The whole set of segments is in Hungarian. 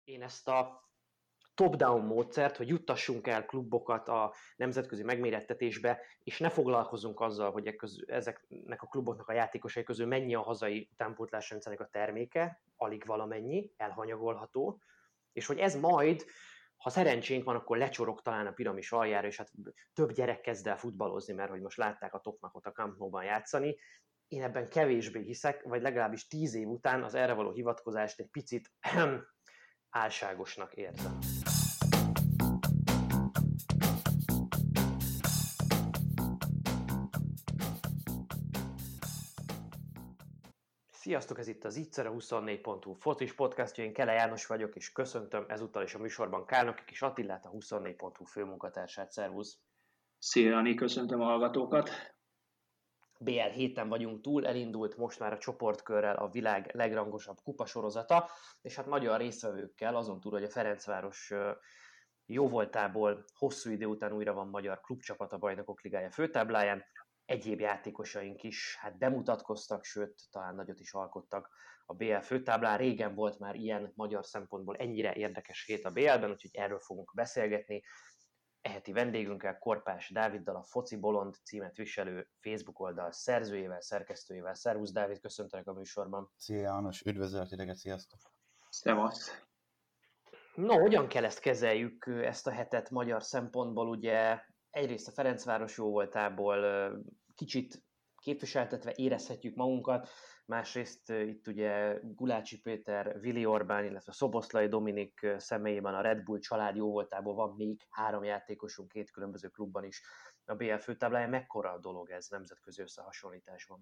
én ezt a top-down módszert, hogy juttassunk el klubokat a nemzetközi megmérettetésbe, és ne foglalkozzunk azzal, hogy ezeknek a kluboknak a játékosai közül mennyi a hazai utánpótlásrendszernek a terméke, alig valamennyi, elhanyagolható, és hogy ez majd, ha szerencsénk van, akkor lecsorog talán a piramis aljára, és hát több gyerek kezd el futballozni, mert hogy most látták a Topmakot a Camp Nou-ban játszani. Én ebben kevésbé hiszek, vagy legalábbis 10 év után az erre való hivatkozást egy picit álságosnak érzem. Sziasztok, ez itt az Ittszer, a 24.hu focis podcastja, én Kele János vagyok, és köszöntöm ezúttal is a műsorban Kálnoki Kis Attilát, a 24.hu főmunkatársát. Szervusz! Szia, Ani, köszöntöm a hallgatókat! BL héten vagyunk túl, elindult most már a csoportkörrel a világ legrangosabb kupasorozata, és hát magyar résztvevőkkel, azon túl, hogy a Ferencváros jóvoltából hosszú idő után újra van magyar klubcsapat a Bajnokok Ligája főtábláján, egyéb játékosaink is hát bemutatkoztak, sőt, talán nagyot is alkottak a BL főtáblán. Régen volt már ilyen magyar szempontból ennyire érdekes hét a BL-ben, úgyhogy erről fogunk beszélgetni. Eheti vendégünkkel, Korpás Dáviddal, a Foci Bolond címet viselő Facebook oldal szerzőjével, szerkesztőjével. Szervusz Dávid, köszöntelek a műsorban. Szia János, üdvözöllek titeket, sziasztok! Szevasz! No, hogyan kell ezt kezeljük, ezt a hetet magyar szempontból? Ugye egyrészt a Ferencváros jóvoltából kicsit képviseltetve érezhetjük magunkat, másrészt itt ugye Gulácsi Péter, Vili Orbán, illetve Szoboszlai Dominik személyében a Red Bull család jóvoltából van még 3 játékosunk 2 különböző klubban is a BL főtábláján. Mekkora a dolog ez nemzetközi összehasonlításban?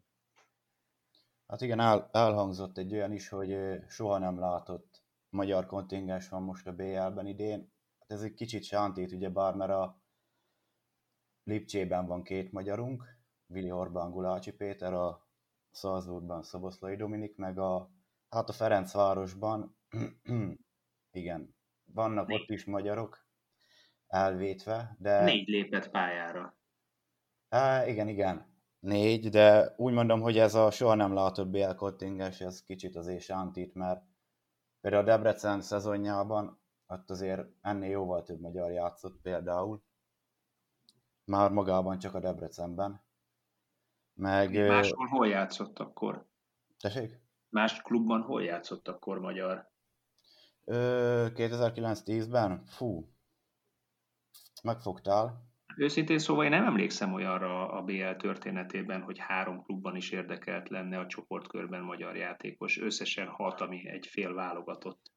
Hát igen, elhangzott egy olyan is, hogy soha nem látott magyar kontingens van most a BL-ben idén. Hát ez egy kicsit sántít, ugyebár, mert a Lipcsében van 2 magyarunk, Vili Orbán, Gulácsi Péter, a Salzburgban Szoboszlai Dominik, meg a Ferencvárosban, igen, vannak ott is magyarok elvétve, de... 4 lépett pályára. Igen. 4, de úgy mondom, hogy ez a soha nem látott BL kontingens, ez kicsit azért sántít, mert például a Debrecen szezonjában ott azért ennél jóval több magyar játszott például, már magában csak a Debrecenben. Máshol hol játszott akkor? Tessék? Más klubban hol játszott akkor magyar? 2009-10-ben? Fú, megfogtál. Őszintén szóval én nem emlékszem olyanra a BL történetében, hogy 3 klubban is érdekelt lenne a csoportkörben magyar játékos. Összesen 6, ami egy fél válogatott.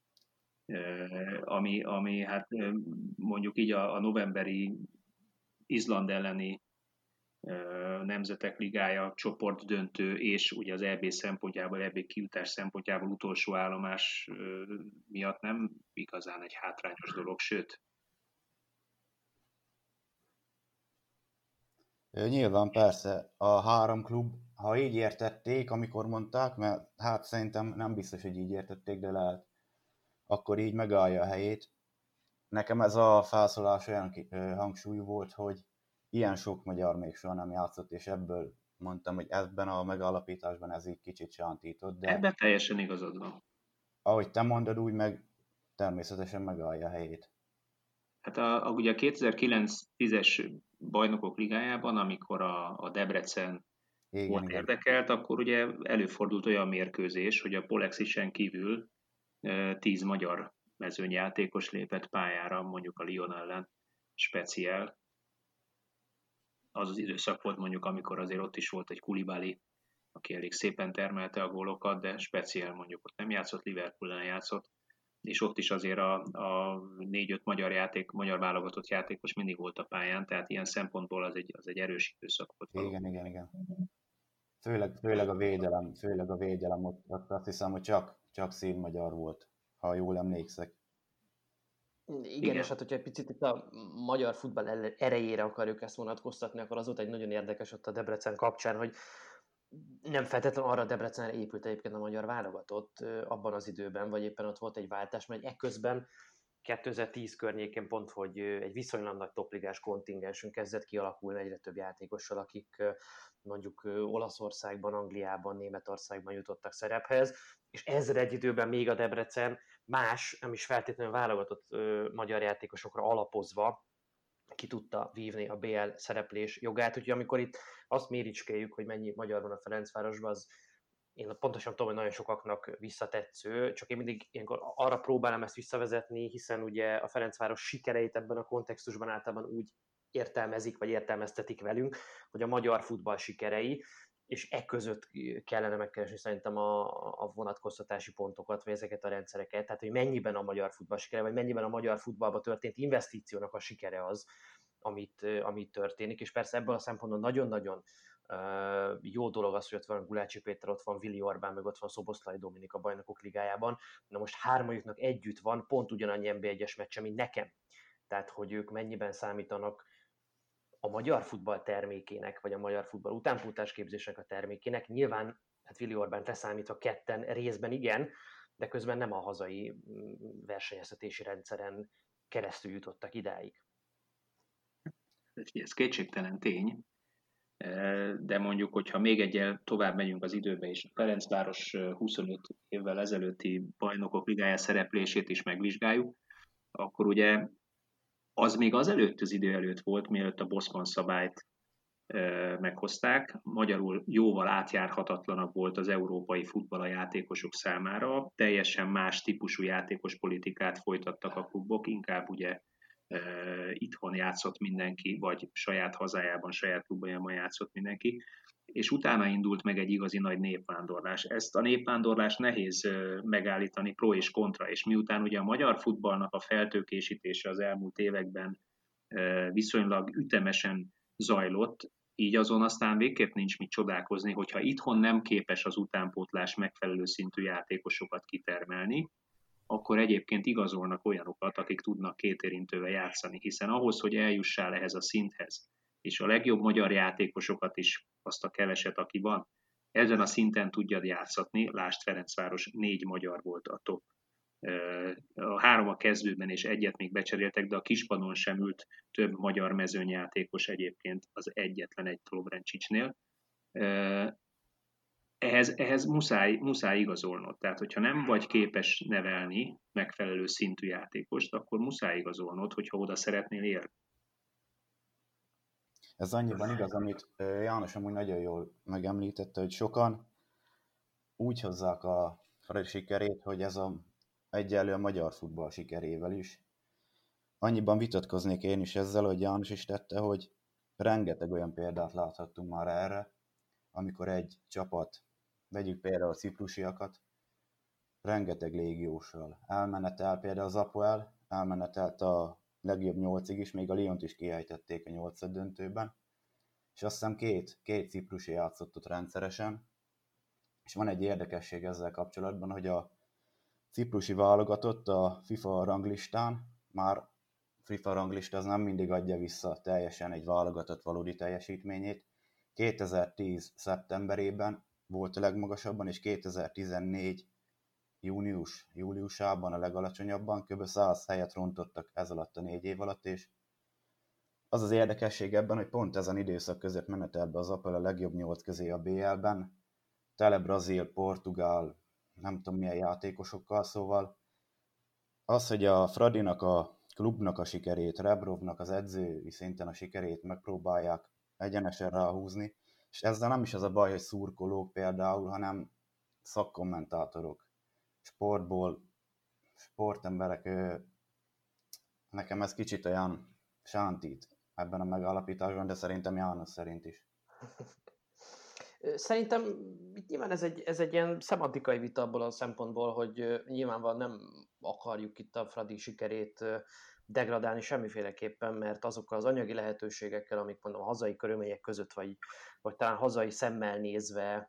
Ami hát mondjuk így a novemberi Izland elleni Nemzetek Ligája csoportdöntő, és ugye az EB szempontjából, EB kijutás szempontjából utolsó állomás miatt nem igazán egy hátrányos dolog, sőt. Nyilván persze, a 3 klub, ha így értették, amikor mondták, mert hát szerintem nem biztos, hogy így értették, de lehet, akkor így megállja a helyét. Nekem ez a felszólás olyan hangsúlyú volt, hogy ilyen sok magyar még soha nem játszott, és ebből mondtam, hogy ebben a megállapításban ez így kicsit sántított, de... Ebben teljesen igazad van. Ahogy te mondod, úgy meg természetesen megállja a helyét. Hát ugye a 2009-10-es Bajnokok Ligájában, amikor a Debrecen volt érdekelt, akkor ugye előfordult olyan mérkőzés, hogy a Polexisen kívül 10 magyar mezőnyjátékos lépett pályára, mondjuk a Lyon ellen speciál. Az időszak volt mondjuk, amikor azért ott is volt egy Koulibaly, aki elég szépen termelte a gólokat, de speciál mondjuk ott nem játszott, Liverpool-en játszott, és ott is azért a 4-5 magyar válogatott játékos mindig volt a pályán, tehát ilyen szempontból az egy erős időszak volt. Igen. Főleg a védelem ott azt hiszem, hogy csak színmagyar volt, ha jól emlékszek. Igen, és hát hogyha egy picit itt a magyar futball erejére akarjuk ezt vonatkoztatni, akkor az volt egy nagyon érdekes ott a Debrecen kapcsán, hogy nem feltétlenül arra Debrecenre épült egyébként a magyar válogatott abban az időben, vagy éppen ott volt egy váltás, mert ekközben 2010 környékén pont, hogy egy viszonylag nagy topligás kontingensünk kezdett kialakulni egyre több játékossal, akik mondjuk Olaszországban, Angliában, Németországban jutottak szerephez, és ezzel egy időben még a Debrecen más, nem is feltétlenül válogatott magyar játékosokra alapozva ki tudta vívni a BL szereplés jogát, úgyhogy amikor itt azt méricskéljük, hogy mennyi magyar van a Ferencvárosban, az én pontosan tudom, hogy nagyon sokaknak visszatetsző, csak én mindig ilyenkor arra próbálom ezt visszavezetni, hiszen ugye a Ferencváros sikereit ebben a kontextusban általában úgy értelmezik, vagy értelmeztetik velünk, hogy a magyar futball sikerei, és között kellene megkeresni szerintem a vonatkoztatási pontokat, vagy ezeket a rendszereket, tehát hogy mennyiben a magyar futball sikere, vagy mennyiben a magyar futballba történt investíciónak a sikere az, amit történik, és persze ebből a szempontból nagyon-nagyon jó dolog az, hogy ott van Gulácsi Péter, ott van Vili Orbán, meg ott van Szoboszlai Dominik a Bajnokok Ligájában. Na most hármajuknak együtt van pont ugyanannyi NB1-es meccse, mint nekem. Tehát, hogy ők mennyiben számítanak a magyar futball termékének, vagy a magyar futball utánpótlás képzésnek a termékének. Nyilván, hát Vili Orbánt leszámítva ketten részben igen, de közben nem a hazai versenyeztetési rendszeren keresztül jutottak idáig. Ez kétségtelen tény, de mondjuk, hogyha még egyel tovább megyünk az időbe, és a Ferencváros 25 évvel ezelőtti Bajnokok Ligája szereplését is megvizsgáljuk, akkor ugye az még azelőtt az idő előtt volt, mielőtt a Bosman szabályt meghozták. Magyarul jóval átjárhatatlanabb volt az európai futball a játékosok számára. Teljesen más típusú játékos politikát folytattak a klubok, inkább ugye itthon játszott mindenki, vagy saját hazájában, saját klubjában játszott mindenki, és utána indult meg egy igazi nagy népvándorlás. Ezt a népvándorlást nehéz megállítani pro és kontra, és miután ugye a magyar futballnak a feltőkésítése az elmúlt években viszonylag ütemesen zajlott, így azon aztán végképp nincs mit csodálkozni, hogyha itthon nem képes az utánpótlás megfelelő szintű játékosokat kitermelni, akkor egyébként igazolnak olyanokat, akik tudnak kétérintővel játszani, hiszen ahhoz, hogy eljussál ehhez a szinthez, és a legjobb magyar játékosokat is, azt a keveset, aki van, ezen a szinten tudjad játszatni, lásd Ferencváros 4 magyar volt a top. A 3 a kezdőben, és egyet még becseréltek, de a kispadon sem ült több magyar mezőnyjátékos egyébként az egyetlen egy Lovrencsicsnél. Ehhez muszáj igazolnod. Tehát, hogyha nem vagy képes nevelni megfelelő szintű játékost, akkor muszáj igazolnod, hogyha oda szeretnél érni. Ez annyiban igaz, amit János amúgy nagyon jól megemlítette, hogy sokan úgy hozzák a Fradi sikerét, hogy ez egyenlő a magyar futball sikerével is. Annyiban vitatkoznék én is ezzel, hogy János is tette, hogy rengeteg olyan példát láthattunk már erre, amikor egy csapat, vegyük például a ciprusiakat, rengeteg légióssal elmenetel, például az Apoel elmenetelt a legjobb 8-ig is, még a Lyont is kiejtették a 8. döntőben, és azt hiszem két ciprusi játszott ott rendszeresen, és van egy érdekesség ezzel kapcsolatban, hogy a ciprusi válogatott a FIFA ranglistán, már FIFA ranglista az nem mindig adja vissza teljesen egy válogatott valódi teljesítményét, 2010. szeptemberében volt a legmagasabban, és 2014. júliusában a legalacsonyabban, kb. 100 helyet rontottak ez alatt a 4 év alatt, és az az érdekesség ebben, hogy pont ezen időszak között menetel be az Apple a legjobb 8 közé a BL-ben, tele brazil, portugál, nem tudom milyen játékosokkal, szóval az, hogy a Fradinak, a klubnak a sikerét, Rebrovnak az edzői szinten a sikerét megpróbálják egyenesen ráhúzni, és ezzel nem is az a baj, hogy szurkolók például, hanem szakkommentátorok, sportemberek, nekem ez kicsit olyan sántít ebben a megállapításban, de szerintem János szerint is. Szerintem nyilván ez egy ilyen szemantikai vita abból a szempontból, hogy nyilvánvalóan nem akarjuk itt a Fradi sikerét degradálni semmiféleképpen, mert azokkal az anyagi lehetőségekkel, amik mondom a hazai körülmények között, vagy talán hazai szemmel nézve,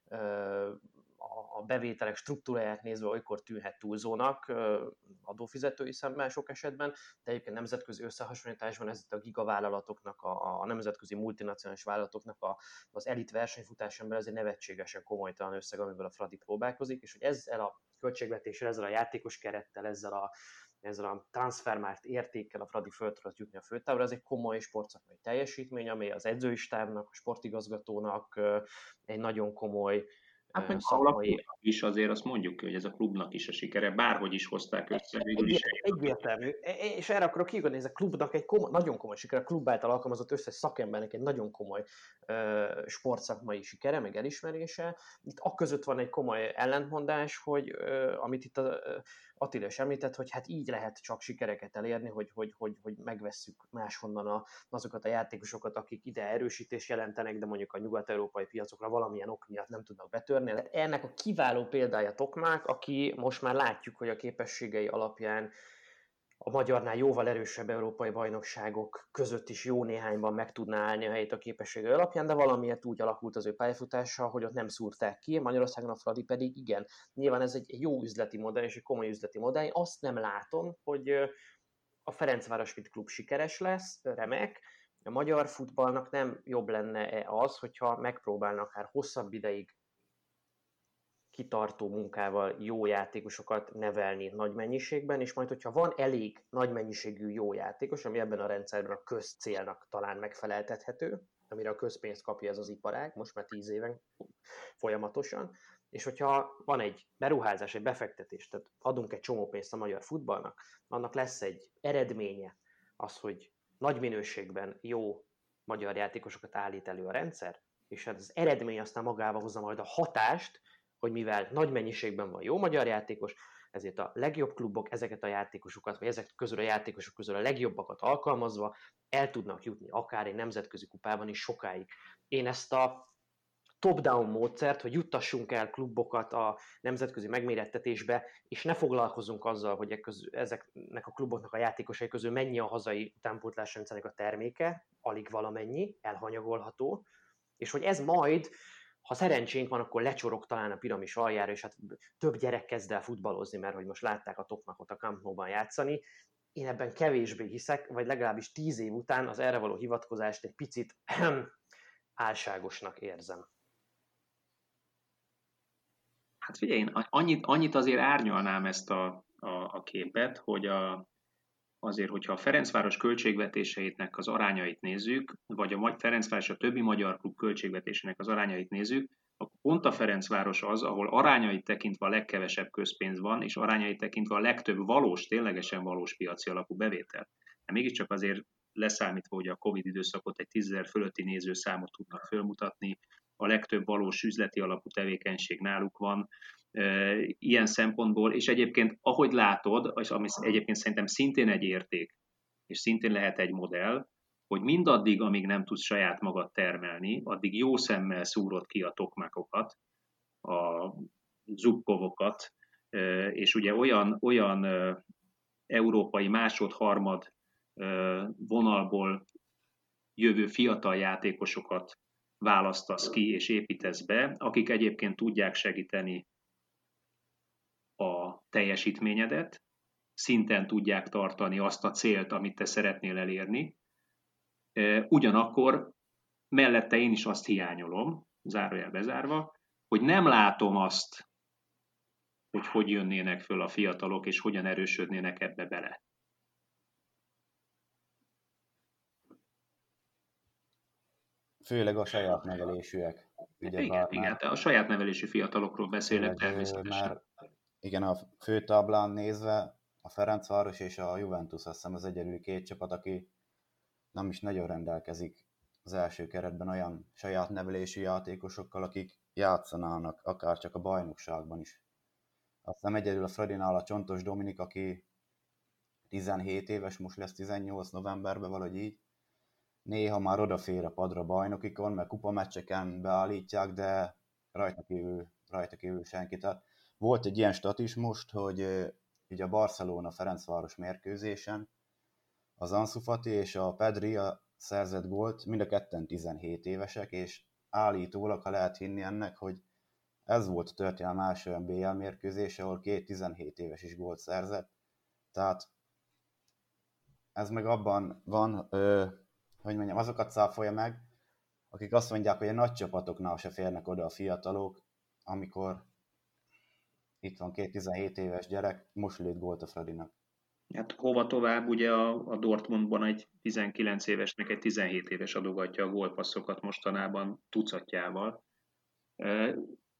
a bevételek struktúráját nézve olykor tűnhet túlzónak adófizetői szemmel sok esetben, de egyébként nemzetközi összehasonlításban ez a gigavállalatoknak, a nemzetközi multinacionális vállalatoknak az elit versenyfutásán belül azért nevetségesen komolytalan összeg, amiből a Fradi próbálkozik, és hogy ezzel a költségvetéssel, ezzel a játékos kerettel, ezzel a transfermárt értékkel a Fradi föl tudott jutni a főtávra, ez egy komoly sportszakmai teljesítmény, amely az edzői stábnak, a sportigazgatónak egy nagyon komoly szakmai... is azért azt mondjuk ki, hogy ez a klubnak is a sikere, bárhogy is hozták össze, végül is egyértelmű. És erre akarok kiugodni, ez a klubnak egy nagyon komoly sikere, a klub által alkalmazott összes szakembernek egy nagyon komoly sportszakmai sikere, meg elismerése. Itt aközött van egy komoly ellentmondás, hogy amit itt Attila is említett, hogy hát így lehet csak sikereket elérni, hogy megvesszük máshonnan azokat a játékosokat, akik ide erősítést jelentenek, de mondjuk a nyugat-európai piacokra valamilyen ok miatt nem tudnak betörni. Ennek a kiváló példája Tokmák, aki most már látjuk, hogy a képességei alapján a magyarnál jóval erősebb európai bajnokságok között is jó néhányban meg tudná állni a helyét a képességei alapján, de valamiért úgy alakult az ő pályafutása, hogy ott nem szúrták ki, Magyarországon a Fradi pedig igen. Nyilván ez egy jó üzleti modell és egy komoly üzleti modell. Én azt nem látom, hogy a Ferencváros mint klub sikeres lesz, remek. A magyar futballnak nem jobb lenne az, hogyha megpróbálnak akár hosszabb ideig kitartó munkával jó játékosokat nevelni nagy mennyiségben, és majd, hogyha van elég nagy mennyiségű jó játékos, ami ebben a rendszerben a közcélnak talán megfeleltethető, amire a közpénzt kapja ez az iparág, most már 10 éven folyamatosan, és hogyha van egy beruházás, egy befektetés, tehát adunk egy csomó pénzt a magyar futballnak, annak lesz egy eredménye, az, hogy nagy minőségben jó magyar játékosokat állít elő a rendszer, és az eredmény aztán magával hozza majd a hatást, hogy mivel nagy mennyiségben van jó magyar játékos, ezért a legjobb klubok ezeket a játékosokat, vagy ezek közül a játékosok közül a legjobbakat alkalmazva el tudnak jutni akár egy nemzetközi kupában is sokáig. Én ezt a top-down módszert, hogy juttassunk el klubokat a nemzetközi megmérettetésbe, és ne foglalkozunk azzal, hogy ezeknek a kluboknak a játékosai közül mennyi a hazai utánpótlásrendszernek a terméke, alig valamennyi, elhanyagolható, és hogy ez majd, ha szerencsénk van, akkor lecsorog talán a piramis aljára, és hát több gyerek kezd el futballozni, mert hogy most látták a Tokmakot a Camp Nou-ban játszani. Én ebben kevésbé hiszek, vagy legalábbis 10 év után az erre való hivatkozást egy picit álságosnak érzem. Hát figyelj, én annyit azért árnyalnám ezt a képet, hogy azért, hogyha a Ferencváros költségvetéseitnek az arányait nézzük, vagy a Ferencváros a többi magyar klub költségvetésének az arányait nézzük, akkor pont a Ferencváros az, ahol arányait tekintve a legkevesebb közpénz van, és arányait tekintve a legtöbb valós, ténylegesen valós piaci alapú bevétel. De mégiscsak azért leszámítva, hogy a Covid időszakot egy 10 000 fölötti nézőszámot tudnak fölmutatni, a legtöbb valós üzleti alapú tevékenység náluk van, ilyen szempontból, és egyébként, ahogy látod, és ami egyébként szerintem szintén egy érték, és szintén lehet egy modell, hogy mindaddig, amíg nem tudsz saját magad termelni, addig jó szemmel szúrod ki a Tokmakokat, a Zubkovokat, és ugye olyan európai másod-harmad vonalból jövő fiatal játékosokat választasz ki és építesz be, akik egyébként tudják segíteni a teljesítményedet, szinten tudják tartani azt a célt, amit te szeretnél elérni. Ugyanakkor mellette én is azt hiányolom, zárójel bezárva, hogy nem látom azt, hogy jönnének föl a fiatalok, és hogyan erősödnének ebbe bele. Főleg a saját nevelésűek. Igen, a saját nevelésű fiatalokról beszélek természetesen. Igen, a főtáblán nézve a Ferencváros és a Juventus azt hiszem az egyedüli két csapat, aki nem is nagyon rendelkezik az első keretben olyan saját nevelésű játékosokkal, akik játszanának, akár csak a bajnokságban is. Azt hiszem egyedül a Fradinál a Csontos Dominik, aki 17 éves, most lesz 18 novemberben, valahogy így. Néha már odafér a padra bajnokikon, mert kupameccseken beállítják, de rajta kívül senki. Tehát volt egy ilyen stat is most, hogy ugye a Barcelona-Ferencváros mérkőzésen az Ansu Fati és a Pedri szerzett gólt, mind a ketten 17 évesek, és állítólag, ha lehet hinni ennek, hogy ez volt a történelem első olyan BL mérkőzése, ahol 2 17 éves is gólt szerzett. Tehát ez meg abban van, hogy mondjam, azokat cáfolja meg, akik azt mondják, hogy a nagy csapatoknál se férnek oda a fiatalok, amikor itt van 2 17 éves gyerek, most lőtt gólt a Fradinak. Hát hova tovább, ugye a Dortmundban egy 19 évesnek egy 17 éves adogatja a gólpasszokat mostanában tucatjával.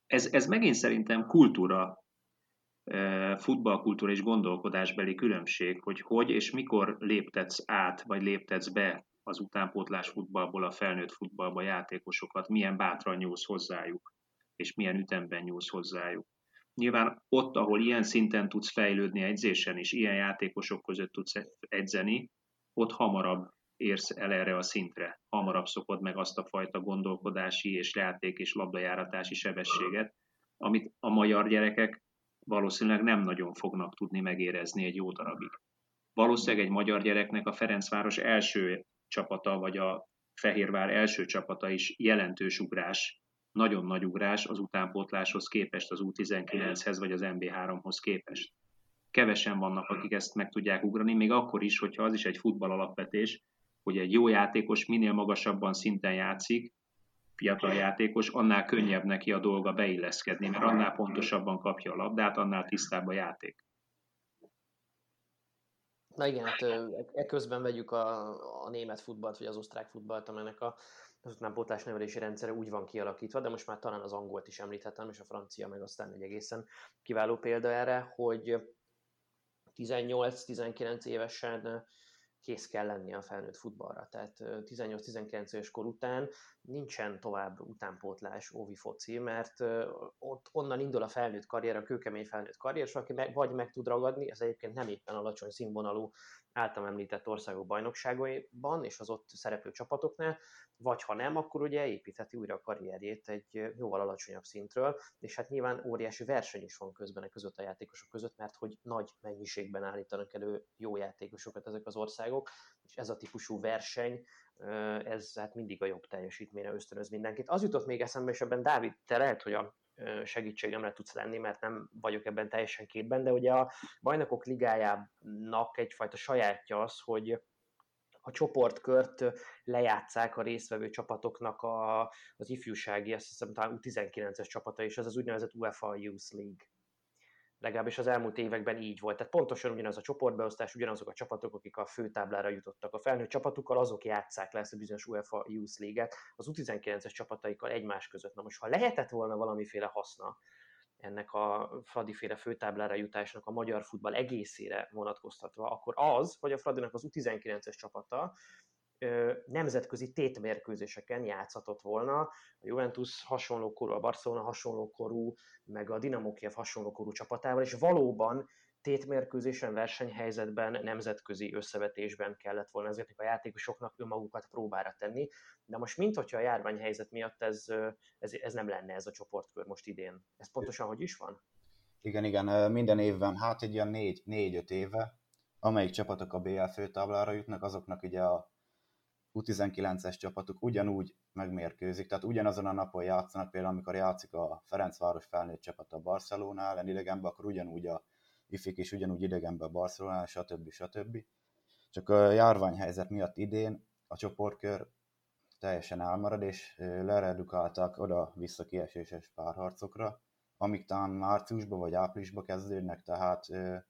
ez megint szerintem kultúra, futballkultúra és gondolkodásbeli különbség, hogy és mikor léptetsz át, vagy léptetsz be az utánpótlás futballból a felnőtt futballba játékosokat, milyen bátran nyúlsz hozzájuk, és milyen ütemben nyúlsz hozzájuk. Nyilván ott, ahol ilyen szinten tudsz fejlődni edzésen, és ilyen játékosok között tudsz edzeni, ott hamarabb érsz el erre a szintre. Hamarabb szokod meg azt a fajta gondolkodási és játék és labdajáratási sebességet, amit a magyar gyerekek valószínűleg nem nagyon fognak tudni megérezni egy jó darabig. Valószínűleg egy magyar gyereknek a Ferencváros első csapata, vagy a Fehérvár első csapata is jelentős ugrás, nagyon nagy ugrás az utánpótláshoz képest, az U19-hez vagy az MB3-hoz képest. Kevesen vannak, akik ezt meg tudják ugrani, még akkor is, hogyha az is egy futball alapvetés, hogy egy jó játékos minél magasabban szinten játszik, fiatal játékos, annál könnyebb neki a dolga beilleszkedni, mert annál pontosabban kapja a labdát, annál tisztább a játék. Na igen, hát eközben vegyük a német futballt, vagy az osztrák futballt, amelynek az utánpótlás nevelési rendszere úgy van kialakítva, de most már talán az angolt is említhetem, és a francia meg aztán egy egészen kiváló példa erre, hogy 18-19 évesen kész kell lenni a felnőtt futballra. Tehát 18-19 éves kor után nincsen tovább utánpótlás óvi foci, mert ott onnan indul a felnőtt karrier, a kőkemény felnőtt karrier, és aki vagy meg tud ragadni, ez egyébként nem éppen alacsony színvonalú általam említett országok bajnokságaiban és az ott szereplő csapatoknál, vagy ha nem, akkor ugye építheti újra a karrierjét egy jóval alacsonyabb szintről, és hát nyilván óriási verseny is van közben között a játékosok között, mert hogy nagy mennyiségben állítanak elő jó játékosokat ezek az országok, és ez a típusú verseny, ez hát mindig a jobb teljesítményre ösztönöz mindenkit. Az jutott még eszembe, és ebben Dávid, te lehet, hogy a segítségemre tudsz lenni, mert nem vagyok ebben teljesen képben, de ugye a Bajnokok Ligájának egyfajta sajátja az, hogy a csoportkört lejátszák a résztvevő csapatoknak az ifjúsági, azt hiszem talán U19-es csapata, és ez az úgynevezett UEFA Youth League. Legalábbis az elmúlt években így volt. Tehát pontosan ugyanaz a csoportbeosztás, ugyanazok a csapatok, akik a főtáblára jutottak a felnőtt csapatukkal, azok játsszák le ezt a bizonyos UEFA Youth League-et az U19-es csapataikkal egymás között. Na most, ha lehetett volna valamiféle haszna ennek a Fradi-féle főtáblára jutásnak a magyar futball egészére vonatkoztatva, akkor az, hogy a Fradinak az U19-es csapata nemzetközi tétmérkőzéseken játszhatott volna. A Juventus hasonló korú, a Barcelona hasonló korú, meg a Dinamo Kiev hasonló korú csapatával, és valóban tétmérkőzésen, versenyhelyzetben, nemzetközi összevetésben kellett volna ezeknek a játékosoknak önmagukat próbára tenni, de most minthogyha a járványhelyzet miatt ez nem lenne ez a csoportkör most idén. Ez pontosan hogy is van? Igen, minden évben, hát egy ilyen 4-5 éve, amelyik csapatok a BL főtáblára jutnak, azoknak ugye a U19-es csapatok ugyanúgy megmérkőzik, tehát ugyanazon a napon játszanak, például amikor játszik a Ferencváros felnőtt csapat a Barcelona ellen idegenben, akkor ugyanúgy a ifik is ugyanúgy idegenben a Barcelona, stb. Csak a járványhelyzet miatt idén a csoportkör teljesen elmarad, és leredukálták oda-vissza kieséses párharcokra, amik talán márciusban vagy áprilisban kezdődnek, tehát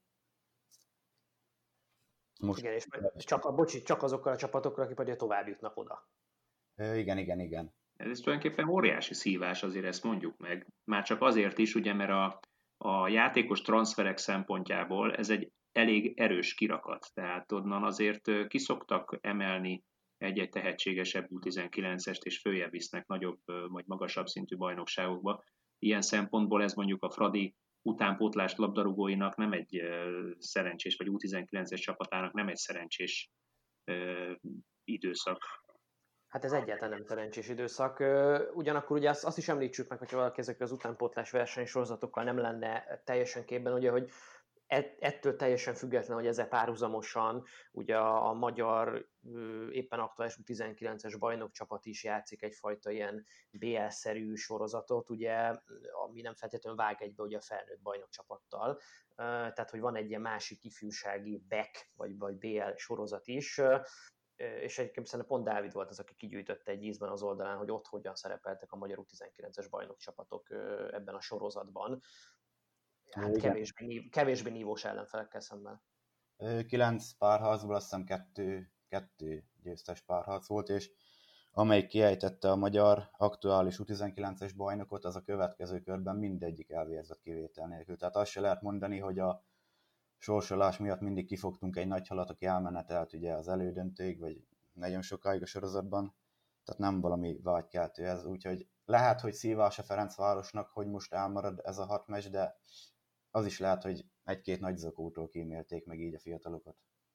most... Igen, és csak azokkal a csapatokkal, akik pedig tovább jutnak oda. Igen. Ez tulajdonképpen óriási szívás, azért ezt mondjuk meg. Már csak azért is, ugye, mert a játékos transferek szempontjából ez egy elég erős kirakat. Tehát onnan azért kiszoktak emelni egy-egy tehetségesebb U19-est, és följebb visznek nagyobb vagy magasabb szintű bajnokságokba. Ilyen szempontból ez mondjuk a Fradi utánpótlás labdarúgóinak nem egy szerencsés, vagy U19-es csapatának nem egy szerencsés időszak. Hát ez egyáltalán nem szerencsés időszak. Ugyanakkor ugye azt is említsük meg, hogyha valaki ezekkel az utánpótlás versenysorozatokkal nem lenne teljesen képben, ugye, hogy ettől teljesen független, hogy ezzel párhuzamosan ugye a magyar éppen aktuális 19-es bajnokcsapat is játszik egyfajta ilyen BL-szerű sorozatot, ugye, ami nem feltétlenül vág egybe ugye a felnőtt bajnokcsapattal. Tehát, hogy van egy ilyen másik ifjúsági BEK vagy BL sorozat is, és egyébként szerintem pont Dávid volt az, aki kigyűjtötte egy ízben az oldalán, hogy ott hogyan szerepeltek a magyar U19-es bajnokcsapatok ebben a sorozatban. Hát kevésbé nívós ellenfelekkel szemben. 9 párharcból azt hiszem 2 győztes párharc volt, és amelyik kiejtette a magyar aktuális U19-es bajnokot, az a következő körben mindegyik elvérzett kivétel nélkül. Tehát azt se lehet mondani, hogy a sorsolás miatt mindig kifogtunk egy nagy halat, aki elmenetelt ugye az elődöntőig, vagy nagyon sokáig a sorozatban. Tehát nem valami vágykeltő ez, úgyhogy lehet, hogy szívás a Ferencvárosnak, hogy most elmarad ez a 6 meccs, de az is lehet, hogy egy-két nagy zakótól kímélték meg így a fiatalokat.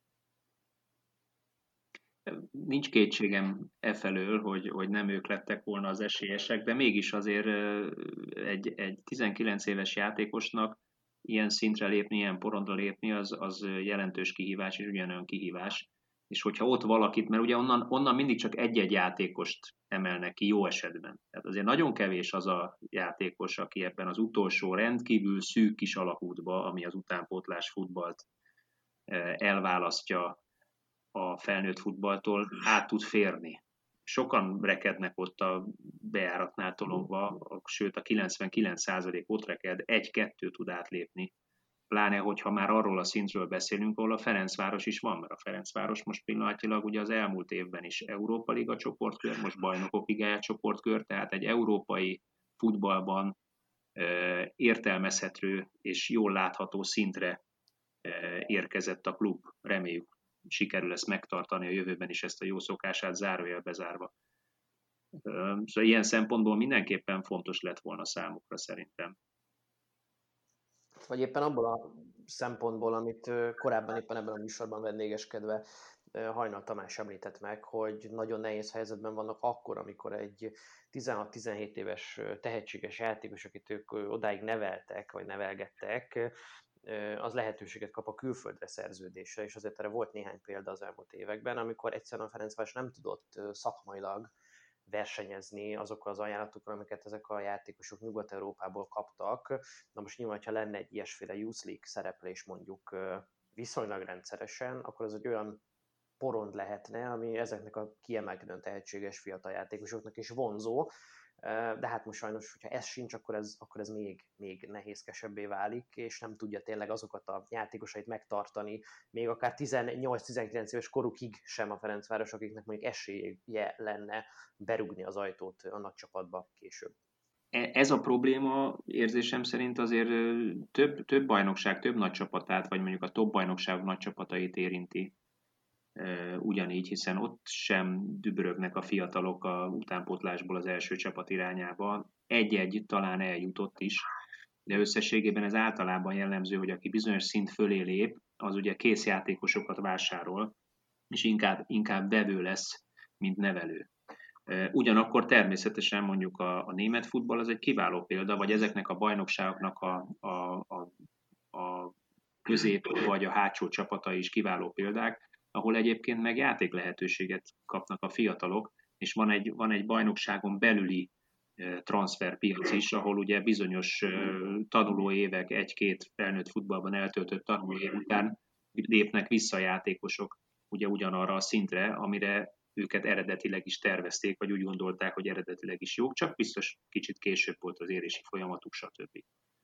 Nincs kétségem efelől, hogy nem ők lettek volna az esélyesek, de mégis azért egy 19 éves játékosnak ilyen szintre lépni, ilyen porondra lépni, az jelentős kihívás, és ugyanolyan kihívás. És hogyha ott valakit, mert ugye onnan mindig csak egy-egy játékost emelnek ki jó esetben. Tehát azért nagyon kevés az a játékos, aki ebben az utolsó rendkívül szűk kis alapútba, ami az utánpótlás futballt elválasztja a felnőtt futballtól, át tud férni. Sokan rekednek ott a bejáratnál tolongva, sőt a 99% ott reked, 1-2 tud átlépni. Pláne, hogyha már arról a szintről beszélünk, ahol a Ferencváros is van, mert a Ferencváros most pillanatilag ugye az elmúlt évben is Európa Liga csoportkör, most Bajnokok Ligája csoportkör, tehát egy európai futballban értelmezhető és jól látható szintre érkezett a klub. Reméljük, sikerül ezt megtartani a jövőben is, ezt a jó szokását zárójelbe zárva. Szóval ilyen szempontból mindenképpen fontos lett volna számukra szerintem. Vagy éppen abból a szempontból, amit korábban éppen ebben a műsorban vendégeskedve Hajnal Tamás említett meg, hogy nagyon nehéz helyzetben vannak akkor, amikor egy 16-17 éves tehetséges játékos, akit ők odáig neveltek, vagy nevelgettek, az lehetőséget kap a külföldre szerződésre, és azért erre volt néhány példa az elmúlt években, amikor egyszerűen a Ferencváros nem tudott szakmailag versenyezni azokkal az ajánlatokkal, amiket ezek a játékosok Nyugat-Európából kaptak. Na most nyilván, ha lenne egy ilyesféle Youth League szereplés mondjuk viszonylag rendszeresen, akkor az egy olyan porond lehetne, ami ezeknek a kiemelkedően tehetséges fiatal játékosoknak is vonzó, de hát most sajnos, hogyha ez sincs, akkor ez még nehézkesebbé válik, és nem tudja tényleg azokat a játékosait megtartani, még akár 18-19 éves korukig sem a Ferencváros, akiknek mondjuk esélye lenne berúgni az ajtót a nagy csapatba később. Ez a probléma érzésem szerint azért több bajnokság, több nagy csapatát, vagy mondjuk a top bajnokság nagy csapatait érinti ugyanígy, hiszen ott sem dübörögnek a fiatalok a utánpótlásból az első csapat irányába. Egy-egy talán eljutott is, de összességében ez általában jellemző, hogy aki bizonyos szint fölé lép, az ugye kész játékosokat vásárol, és inkább vevő lesz, mint nevelő. Ugyanakkor természetesen mondjuk a német futball az egy kiváló példa, vagy ezeknek a bajnokságoknak a közép vagy a hátsó csapatai is kiváló példák, ahol egyébként meg játék lehetőséget kapnak a fiatalok, és van egy bajnokságon belüli transferpiac is, ahol ugye bizonyos tanulóévek, egy-két felnőtt futballban eltöltött tanulóév után lépnek vissza a játékosok ugye ugyanarra a szintre, amire őket eredetileg is tervezték, vagy úgy gondolták, hogy eredetileg is jók, csak biztos kicsit később volt az érési folyamatuk, stb.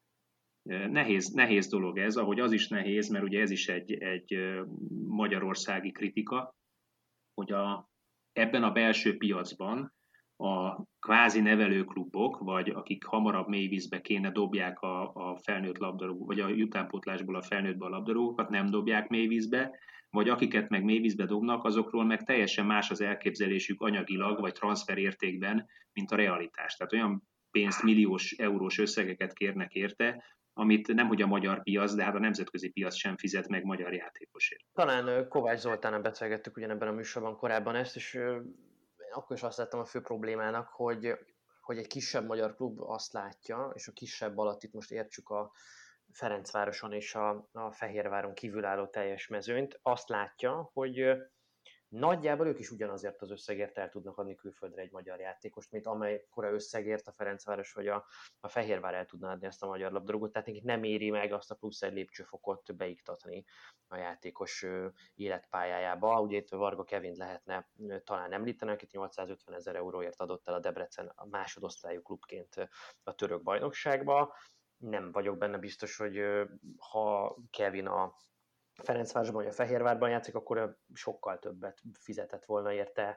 Nehéz dolog ez, ahogy az is nehéz, mert ugye ez is egy magyarországi kritika, hogy ebben a belső piacban a kvázi nevelőklubok, vagy akik hamarabb mélyvízbe kéne dobják a felnőtt labdarúgókat, vagy a utánpótlásból a felnőttbe a labdarúgókat, nem dobják mélyvízbe, vagy akiket meg mélyvízbe dobnak, azokról meg teljesen más az elképzelésük anyagilag, vagy transferértékben, mint a realitás. Tehát olyan pénzt, milliós, eurós összegeket kérnek érte, amit nemhogy a magyar piac, de hát a nemzetközi piac sem fizet meg magyar játékosért. Talán Kovács Zoltánnal beszélgettük ugyanebben a műsorban korábban ezt, és akkor is azt láttam a fő problémának, hogy egy kisebb magyar klub azt látja, és a kisebb alatt itt most értsük a Ferencvároson és a Fehérváron kívülálló teljes mezőnyt, azt látja, hogy nagyjából ők is ugyanazért az összegért el tudnak adni külföldre egy magyar játékost, mint amelykora összegért a Ferencváros vagy a Fehérvár el tudna adni ezt a magyar labdarúgót, tehát nekik nem éri meg azt a plusz egy lépcsőfokot beiktatni a játékos életpályájába. Ugye itt Varga Kevint lehetne talán említeni, akit 850 000 euróért adott el a Debrecen a másodosztályú klubként a török bajnokságba. Nem vagyok benne biztos, hogy ha Kevin a Ferencvárosban vagy a Fehérvárban játszik, akkor sokkal többet fizetett volna érte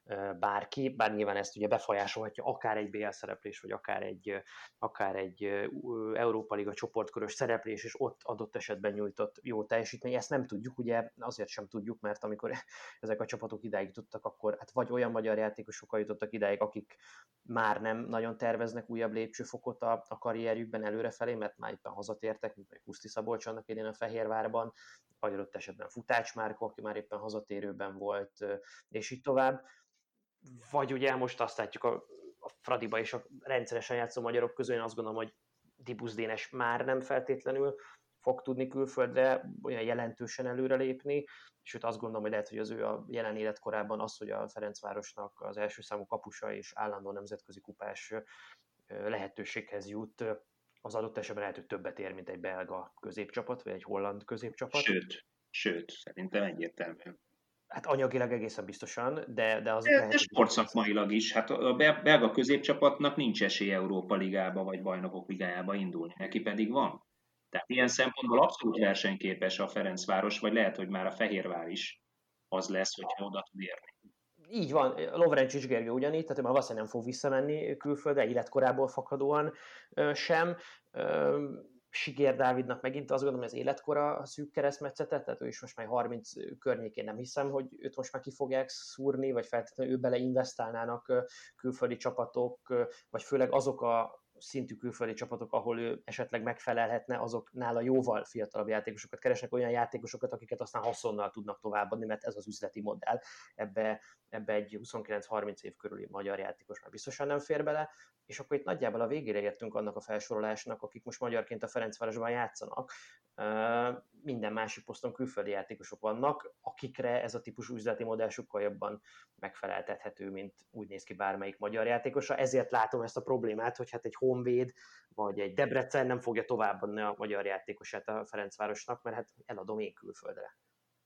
bárki, bár nyilván ezt ugye befolyásolhatja akár egy BL szereplés, vagy akár egy Európa Liga csoportkörös szereplés, és ott adott esetben nyújtott jó teljesítmény. Ezt nem tudjuk, ugye azért sem tudjuk, mert amikor ezek a csapatok idáig tudtak, akkor hát vagy olyan magyar játékosokkal jutottak idáig, akik már nem nagyon terveznek újabb lépcsőfokot a karrierjükben előrefelé, mert már éppen hazatértek, mint meg Puszti Szabolcs annak idén a Fehérvárban, vagy adott esetben Futács Márko, aki már éppen hazatérőben volt, és így tovább. Vagy ugye most azt látjuk a Fradiba és a rendszeresen játszó magyarok közül, én azt gondolom, hogy Dibusz Dénes már nem feltétlenül fog tudni külföldre olyan jelentősen előrelépni, sőt azt gondolom, hogy lehet, hogy az ő a jelen életkorában az, hogy a Ferencvárosnak az első számú kapusa és állandó nemzetközi kupás lehetőséghez jut, az adott esetben lehet, hogy többet ér, mint egy belga középcsapat, vagy egy holland középcsapat. Sőt, szerintem egyértelműen. Hát anyagilag egészen biztosan, de az lehet, de sportszakmailag is. Hát a belga középcsapatnak nincs esélye Európa Ligába vagy Bajnokok Ligájába indulni, neki pedig van. Tehát ilyen szempontból abszolút versenyképes a Ferencváros, vagy lehet, hogy már a Fehérvár is az lesz, hogyha oda tud érni. Így van, Lovrencsics Gergő ugyanígy, tehát ő már valószínűleg nem fog visszamenni külföldre, életkorából fakadóan sem. Sigér Dávidnak megint azt gondolom, hogy az életkora szűk keresztmetszetet, tehát ő is most már 30 környékén nem hiszem, hogy őt most már ki fogják szúrni, vagy feltétlenül ő bele investálnának külföldi csapatok, vagy főleg azok a szintű külföldi csapatok, ahol ő esetleg megfelelhetne, azok nála jóval fiatalabb játékosokat keresnek, olyan játékosokat, akiket aztán haszonnal tudnak továbbadni, mert ez az üzleti modell. Ebbe egy 29-30 év körüli magyar játékos már biztosan nem fér bele, és akkor itt nagyjából a végére értünk annak a felsorolásnak, akik most magyarként a Ferencvárosban játszanak. Minden másik poszton külföldi játékosok vannak, akikre ez a típusú üzleti modell sokkal jobban megfeleltethető, mint úgy néz ki bármelyik magyar játékosa. Ezért látom ezt a problémát, hogy hát egy Honvéd vagy egy Debrecen nem fogja továbbadni a magyar játékosát a Ferencvárosnak, mert hát eladom én külföldre.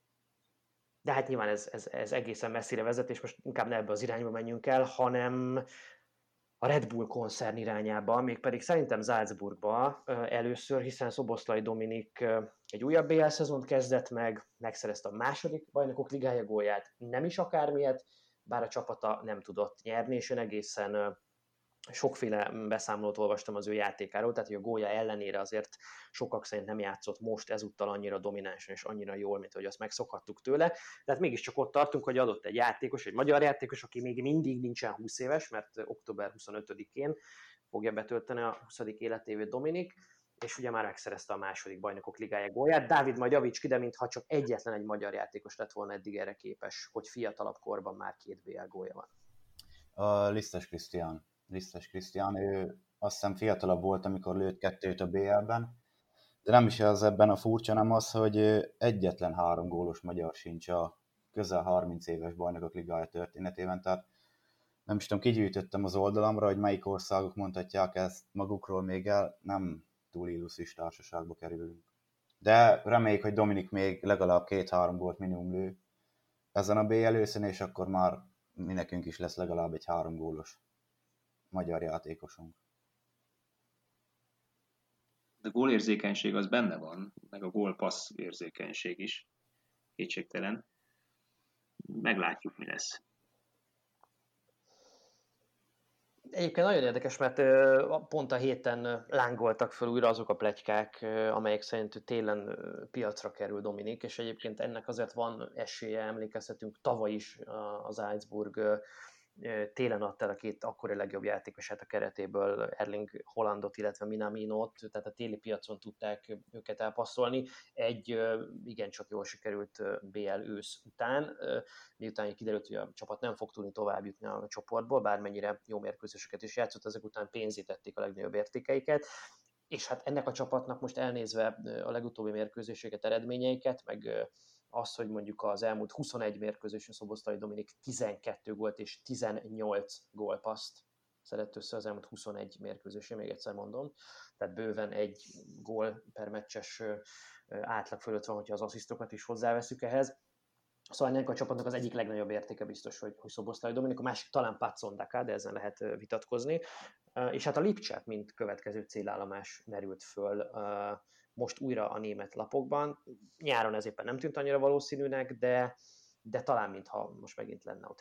De hát nyilván ez egészen messzire vezet, és most inkább ne ebbe az irányba menjünk el, hanem a Red Bull koncern irányába, mégpedig szerintem Salzburgba először, hiszen Szoboszlai Dominik egy újabb BL szezont kezdett meg, megszerezte a második Bajnokok Ligája gólját, nem is akármilyet, bár a csapata nem tudott nyerni, és én egészen sokféle beszámolót olvastam az ő játékáról, tehát hogy a gólja ellenére azért sokak szerint nem játszott most ezúttal annyira dominánsan és annyira jól, mint hogy azt megszokhattuk tőle. Tehát mégiscsak ott tartunk, hogy adott egy játékos, egy magyar játékos, aki még mindig nincsen 20 éves, mert október 25-én fogja betölteni a 20. életévét Dominik, és ugye már megszerezte a második Bajnokok Ligája gólját. Dávid, majd javíts ki, de mintha csak egyetlen egy magyar játékos lett volna eddig erre képes, hogy fiatalabb korban már 2 BL gólja van. A Lisztes Krisztián, ő azt hiszem fiatalabb volt, amikor lőtt 2 a BL-ben, de nem is az ebben a furcsa, nem az, hogy egyetlen 3 gólos magyar sincs a közel 30 éves Bajnokok Ligája történetében, tehát nem is tudom, kigyűjtöttem az oldalamra, hogy melyik országok mondhatják ezt magukról még el, nem túl illusztris társaságba kerülünk. De reméljük, hogy Dominik még legalább 2-3 gólt minimum lő ezen a BL őszön, és akkor már mi nekünk is lesz legalább egy 3 gólos magyar játékosunk. A gólérzékenység az benne van, meg a gólpassz érzékenység is, kétségtelen. Meglátjuk, mi lesz. Egyébként nagyon érdekes, mert pont a héten lángoltak föl újra azok a pletykák, amelyek szerint télen piacra kerül Dominik, és egyébként ennek azért van esélye, emlékezhetünk, tavaly is az Salzburg télen adta el a 2 akkori legjobb játékosát a keretéből, Erling Haalandot, illetve Minaminót, tehát a téli piacon tudták őket elpasszolni. Egy igencsak jól sikerült BL ősz után, miután kiderült, hogy a csapat nem fog tudni tovább jutni a csoportból, bármennyire jó mérkőzéseket is játszott, ezek után pénzítették a legnagyobb értékeiket, és hát ennek a csapatnak most elnézve a legutóbbi mérkőzéseket, eredményeiket, meg az, hogy mondjuk az elmúlt 21 mérkőzésen Szoboszlai Dominik 12 gólt és 18 gólpasszt szedett össze az elmúlt 21 mérkőzésén, még egyszer mondom. Tehát bőven egy gól per meccses átlag fölött van, hogyha az asszisztokat is hozzáveszünk ehhez. Szóval ennek a csapatnak az egyik legnagyobb értéke biztos, hogy Szoboszlai Dominik, a másik talán Patson Daka, de ezen lehet vitatkozni. És hát a Lipcse, mint következő célállomás merült föl most újra a német lapokban. Nyáron ez éppen nem tűnt annyira valószínűnek, de talán mintha most megint lenne ott helye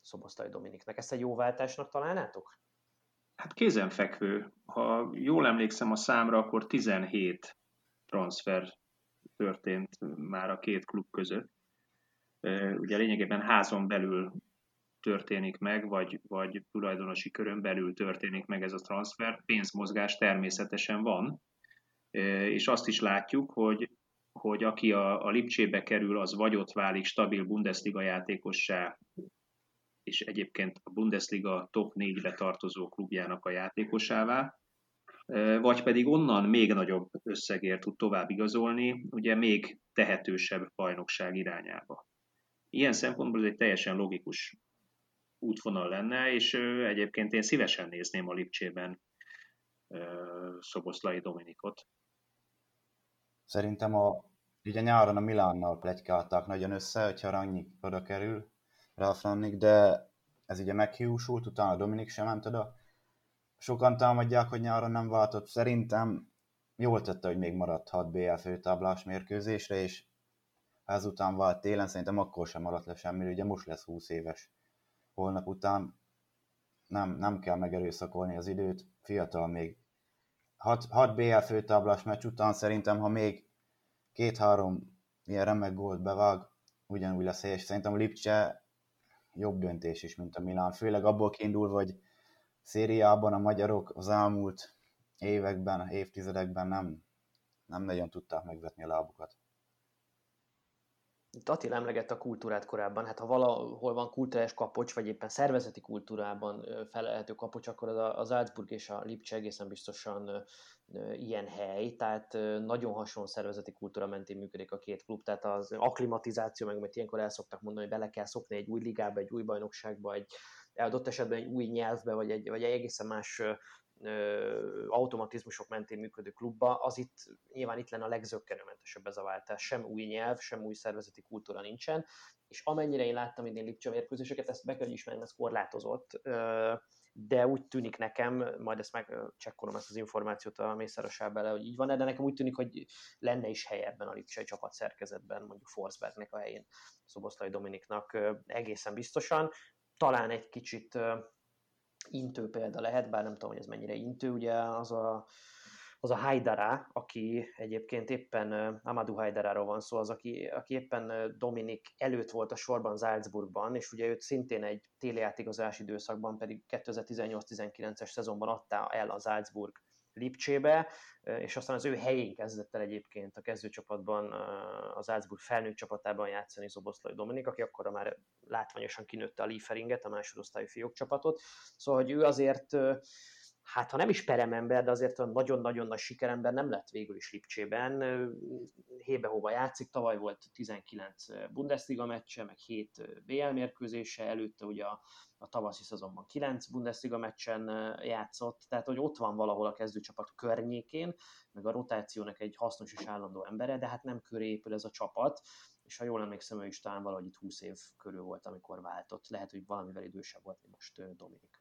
Szoboszlai Dominiknak. Ezt egy jó váltásnak találnátok? Hát kézenfekvő. Ha jól emlékszem a számra, akkor 17 transfer történt már a két klub között. Ugye lényegében házon belül történik meg, vagy tulajdonosi körön belül történik meg ez a transfer. Pénzmozgás természetesen van, és azt is látjuk, hogy aki a Lipcsébe kerül, az vagy ott válik stabil Bundesliga játékossá, és egyébként a Bundesliga top 4-be tartozó klubjának a játékosává, vagy pedig onnan még nagyobb összegért tud tovább igazolni, ugye még tehetősebb bajnokság irányába. Ilyen szempontból ez egy teljesen logikus útvonal lenne, és egyébként én szívesen nézném a Lipcsében Szoboszlai Dominikot. Szerintem ugye nyáron a Milánnal pletykálták nagyon össze, hogyha Rangnick oda kerül, Ralf Rangnick, de ez ugye meghiúsult, utána Dominik sem ment oda. Sokan támadják, hogy nyáron nem váltott. Szerintem jól tette, hogy még maradhat BL főtáblás mérkőzésre, és ha ezután vált télen, szerintem akkor sem maradt le semmi, ugye most lesz 20 éves. Holnap után nem kell megerőszakolni az időt, fiatal még. 6 BL főtáblás meccs után szerintem, ha még 2-3 ilyen remek gólt bevág, ugyanúgy lesz helyes. Szerintem a Lipcse jobb döntés is, mint a Milán. Főleg abból kiindulva, hogy szériában a magyarok az elmúlt években, évtizedekben nem nagyon tudták megvetni a lábukat. Itt Attila emlegette a kultúrát korábban, hát ha valahol van kulturális kapocs, vagy éppen szervezeti kultúrában felelhető kapocs, akkor az Salzburg és a Lipcse egészen biztosan ilyen hely, tehát nagyon hasonló szervezeti kultúra mentén működik a két klub, tehát az akklimatizáció, meg amit ilyenkor el szoktak mondani, hogy bele kell szokni egy új ligába, egy új bajnokságba, egy adott esetben egy új nyelvbe, vagy egy egészen más automatizmusok mentén működő klubba, az nyilván itt lenne a legzökkenőmentesebb ez a váltás. Sem új nyelv, sem új szervezeti kultúra nincsen, és amennyire én láttam idén Lipcse mérkőzéseket, ezt be kell ismerni, ez korlátozott, de úgy tűnik nekem, majd ezt megcsekkolom ezt az információt a Mészáros Ábele, hogy így van, de nekem úgy tűnik, hogy lenne is helye ebben a Lipcsei csapat szerkezetben, mondjuk Forsbergnek a helyén, Szoboszlai Dominiknak egészen biztosan. Talán egy kicsit intő példa lehet, bár nem tudom, hogy ez mennyire intő, ugye az a Haidara, aki egyébként éppen Amadou Haidaráról van szó, aki éppen Dominik előtt volt a sorban Salzburgban, és ugye őt szintén egy téli átigazolási időszakban, pedig 2018-19-es szezonban adta el a Salzburg Lipcsébe, és aztán az ő helyén kezdett el egyébként a kezdőcsapatban, az Salzburg felnőtt csapatában játszani Szoboszlai Dominik, aki akkora már látványosan kinőtte a Lieferinget, a másodosztályú fiók csapatot. Szóval, hogy ő azért, hát ha nem is peremember, de azért nagyon-nagyon nagy sikerember nem lett végül is Lipcsében. Hébe-hóba játszik, tavaly volt 19 Bundesliga meccse, meg 7 BL mérkőzése, előtte ugye a tavaszi szezonban 9 Bundesliga meccsen játszott, tehát hogy ott van valahol a kezdőcsapat környékén, meg a rotációnak egy hasznos és állandó embere, de hát nem köré épül ez a csapat, és ha jól emlékszem, ő is talán valahogy itt 20 év körül volt, amikor váltott. Lehet, hogy valamivel idősebb volt, mint most Dominik.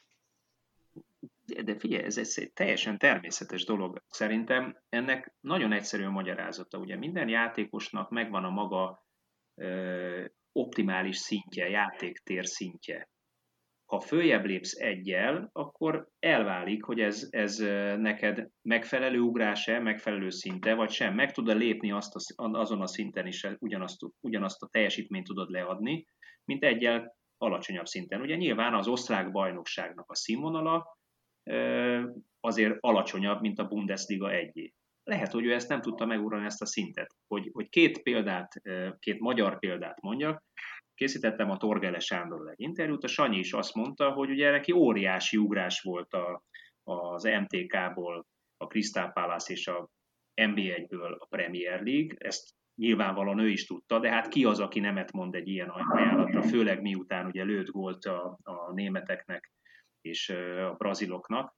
De figyelj, ez egy teljesen természetes dolog. Szerintem ennek nagyon egyszerű a magyarázata. Ugye minden játékosnak megvan a maga optimális szintje, játéktér szintje. Ha följebb lépsz egyel, akkor elválik, hogy ez neked megfelelő ugrás-e, megfelelő szinte, vagy sem. Meg tud-e lépni azon a szinten is, ugyanazt a teljesítményt tudod leadni, mint egyel alacsonyabb szinten. Ugye nyilván az osztrák bajnokságnak a színvonala azért alacsonyabb, mint a Bundesliga 1-é. Lehet, hogy ő ezt nem tudta megugrani, ezt a szintet. Hogy két magyar példát mondjak, készítettem a Torgele Sándorral egy interjút, a Sanyi is azt mondta, hogy ugye neki óriási ugrás volt az MTK-ból a Crystal Palace és a NB1-ből a Premier League, ezt nyilvánvalóan ő is tudta, de hát ki az, aki nemet mond egy ilyen ajánlatra, főleg miután ugye lőtt gólt a németeknek és a braziloknak.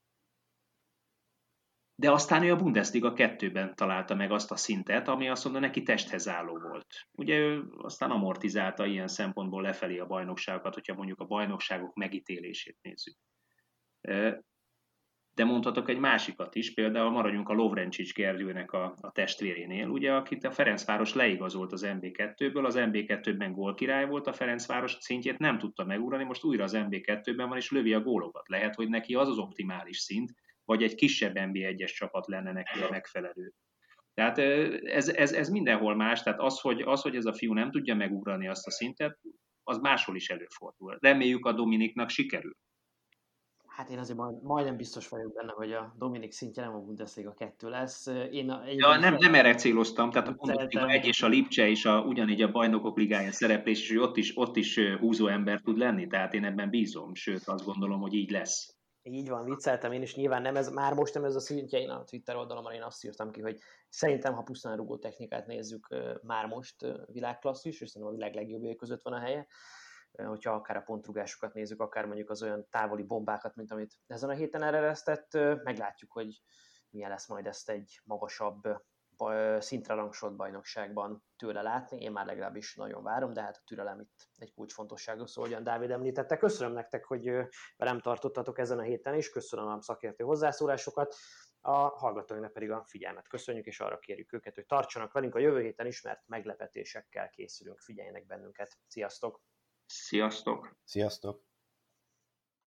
De aztán ő a Bundesliga 2-ben találta meg azt a szintet, ami azt mondja, neki testhez álló volt. Ugye ő aztán amortizálta ilyen szempontból lefelé a bajnokságokat, hogyha mondjuk a bajnokságok megítélését nézzük. De mondhatok egy másikat is, például maradjunk a Lovrencsics Gergőnek a testvérénél, ugye, akit a Ferencváros leigazolt az MB2-ből, az MB2-ben gólkirály volt, a Ferencváros szintjét nem tudta megugrani, most újra az MB2-ben van, és lövi a gólokat. Lehet, hogy neki az optimális szint, vagy egy kisebb MB1-es csapat lenne neki a megfelelő. Tehát ez mindenhol más, tehát az, hogy ez a fiú nem tudja megugrani azt a szintet, az máshol is előfordul. Reméljük a Dominiknak sikerül. Hát én azért majdnem biztos vagyok benne, hogy a Dominik szintje nem a Bundesliga 2 lesz. Nem erre céloztam, tehát a Bundesliga 1 és a Lipcse is ugyanígy a Bajnokok Ligáján szereplés, és hogy ott is húzó ember tud lenni, tehát én ebben bízom, sőt azt gondolom, hogy így lesz. Így van, vicceltem én is, nyilván már most nem ez a szintje, én a Twitter oldalomon én azt írtam ki, hogy szerintem, ha pusztán rugó technikát nézzük, már most világklasszis, és szerintem a világ legjobbjai között van a helye, hogyha akár a pontrúgásokat nézzük, akár mondjuk az olyan távoli bombákat, mint amit ezen a héten eleresztett, meglátjuk, hogy milyen lesz majd ezt egy magasabb szintre rangsolt bajnokságban tőle látni. Én már legalábbis nagyon várom, de hát a türelem itt egy kulcsfontosságú szó, ahogyan Dávid említette. Köszönöm nektek, hogy velem tartottatok ezen a héten is, köszönöm a szakértő hozzászólásokat, a hallgatóinknak pedig a figyelmet köszönjük, és arra kérjük őket, hogy tartsanak velünk a jövő héten is, mert meglepetésekkel készülünk, figyeljenek bennünket. Sziasztok! Sziasztok! Sziasztok!